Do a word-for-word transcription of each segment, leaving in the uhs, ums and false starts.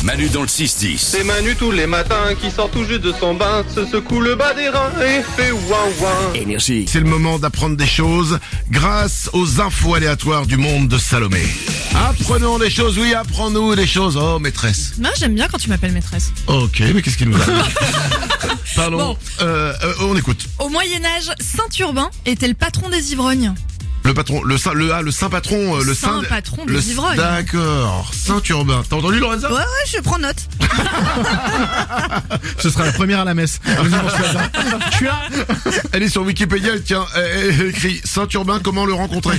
Manu dans le six dix. C'est Manu tous les matins qui sort tout juste de son bain, se secoue le bas des reins et fait ouin ouin. Énergie. C'est le moment d'apprendre des choses grâce aux infos aléatoires du monde de Salomé. Apprenons des choses, oui, apprends-nous des choses. Oh, maîtresse. Moi, j'aime bien quand tu m'appelles maîtresse. Ok, mais qu'est-ce qu'il nous arrive? Pardon, Bon. euh, euh, on écoute. Au Moyen-Âge, Saint-Urbain était le patron des ivrognes. Le patron, le saint, le, ah, le saint patron, euh, le saint, Saint patron des le, ivrognes. D'accord, Saint-Urbain. T'as entendu, Lorenza? Ouais, ouais, je prends note. Ce sera la première à la messe. Je suis là. Elle est sur Wikipédia, elle tient, elle, elle écrit Saint-Urbain, comment le rencontrer?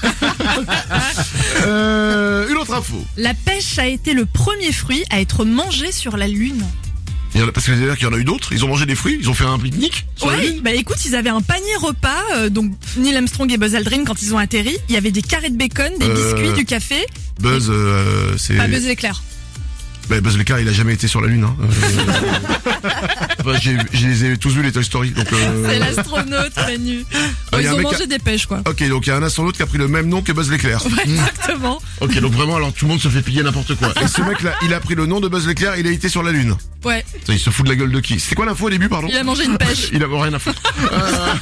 euh, une autre info. La pêche a été le premier fruit à être mangé sur la Lune. Il y en a, parce que c'est-à-dire qu'il y en a eu d'autres, ils ont mangé des fruits, ils ont fait un pique-nique sur la Ouais, Lune. bah écoute, ils avaient un panier repas, euh, donc Neil Armstrong et Buzz Aldrin quand ils ont atterri, il y avait des carrés de bacon, des Euh, biscuits, du café, Buzz, euh, c'est... pas Buzz l'éclair. Bah, Buzz l'éclair, il a jamais été sur la Lune. Hein. Euh... bah, j'ai, je les ai tous vus les Toy Story. Donc, euh... C'est l'astronaute, Manu. Bon, y a ils un ont mec mangé à- des pêches, quoi. Ok, donc il y a un astronaute qui a pris le même nom que Buzz l'éclair. Ouais, exactement. Ok, donc vraiment, alors tout le monde se fait piller n'importe quoi. Et ce mec-là, il a pris le nom de Buzz l'éclair, il a été sur la Lune. Ouais, Ça, il se fout de la gueule de qui? C'était quoi l'info au début, pardon? il a mangé une pêche. Il avait rien à foutre. Euh,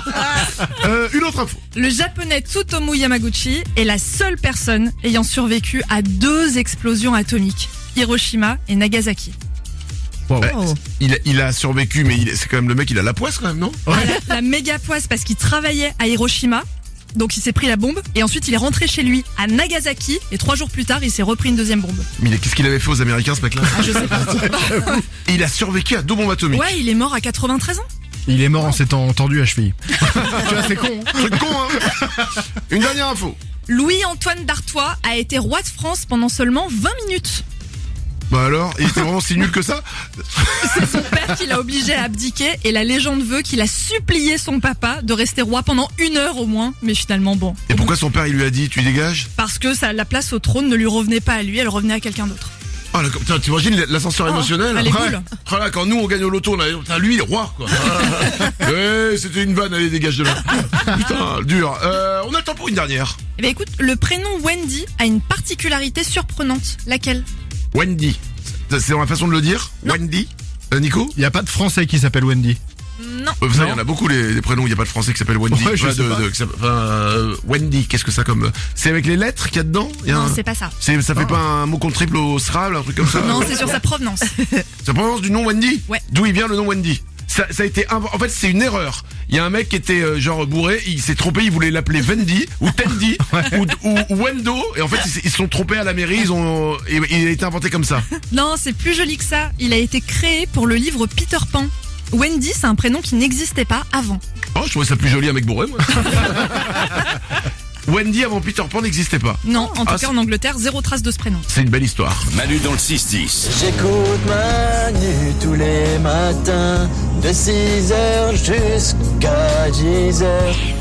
euh, une autre info. Le japonais Tsutomu Yamaguchi est la seule personne ayant survécu à deux explosions atomiques, Hiroshima et Nagasaki. Wow. Ouais, il, a- il a survécu, mais il- c'est quand même le mec, il a la poisse quand même, non? La, la méga poisse parce qu'il travaillait à Hiroshima, donc il s'est pris la bombe, et ensuite il est rentré chez lui à Nagasaki, et trois jours plus tard il s'est repris une deuxième bombe. Mais qu'est-ce qu'il avait fait aux Américains, ce mec-là? Ah, je sais pas. Et il a survécu à deux bombes atomiques. Ouais, il est mort à quatre-vingt-treize ans. Il est mort en s'étant tendu à cheville. Tu vois, c'est con. Hein. Truc con, hein. Une dernière info. Louis-Antoine d'Artois a été roi de France pendant seulement vingt minutes. Bah alors, il était vraiment si nul que ça? C'est son père qui l'a obligé à abdiquer, et la légende veut qu'il a supplié son papa de rester roi pendant une heure au moins, mais finalement bon. Et pourquoi son père, il lui a dit, tu dégages? Parce que ça, la place au trône ne lui revenait pas à lui, elle revenait à quelqu'un d'autre. Ah, d'accord. Putain, t'imagines l'ascenseur Oh, émotionnel? elle est Ouais. cool. Voilà, quand nous on gagne au loto, on a, putain, lui, il est roi, quoi. Ouais, c'était une vanne, allez, dégage de là. Putain, dur. Euh, on a le temps pour une dernière. Eh ben écoute, le prénom Wendy a une particularité surprenante. Laquelle? Wendy. C'est dans la façon de le dire? Wendy? Euh, Nico? Il n'y a pas de Français qui s'appelle Wendy. Non. Euh, ça, il y Non. en a beaucoup, les, les prénoms, il n'y a pas de français qui s'appelle Wendy. Ouais, je Enfin, sais pas. qui s'appelle- enfin, euh, Wendy, qu'est-ce que ça comme... C'est avec les lettres qu'il y a dedans? Il y a Non, un- c'est pas ça. c'est, ça fait pas un mot contre triple au Scrabble, un truc comme ça? Non, c'est sur sa provenance. Ça prononce du nom Wendy? Ouais. D'où il vient le nom Wendy? Ça, ça a été inv- en fait c'est une erreur. Il y a un mec qui était euh, genre bourré, il s'est trompé, il voulait l'appeler Wendy ou Tendy ou, ou, ou Wendo, et en fait ils, s- ils se sont trompés à la mairie, ils ont et, et il a été inventé comme ça. Non, c'est plus joli que ça. Il a été créé pour le livre Peter Pan. Wendy, c'est un prénom qui n'existait pas avant. Oh, je trouvais ça plus joli un mec bourré moi. Wendy avant Peter Pan n'existait pas. Non, en tout Ah, cas c'est- en Angleterre, zéro trace de ce prénom. C'est une belle histoire. Manu dans le six dix. J'écoute Manu tous les matins de six heures jusqu'à dix heures.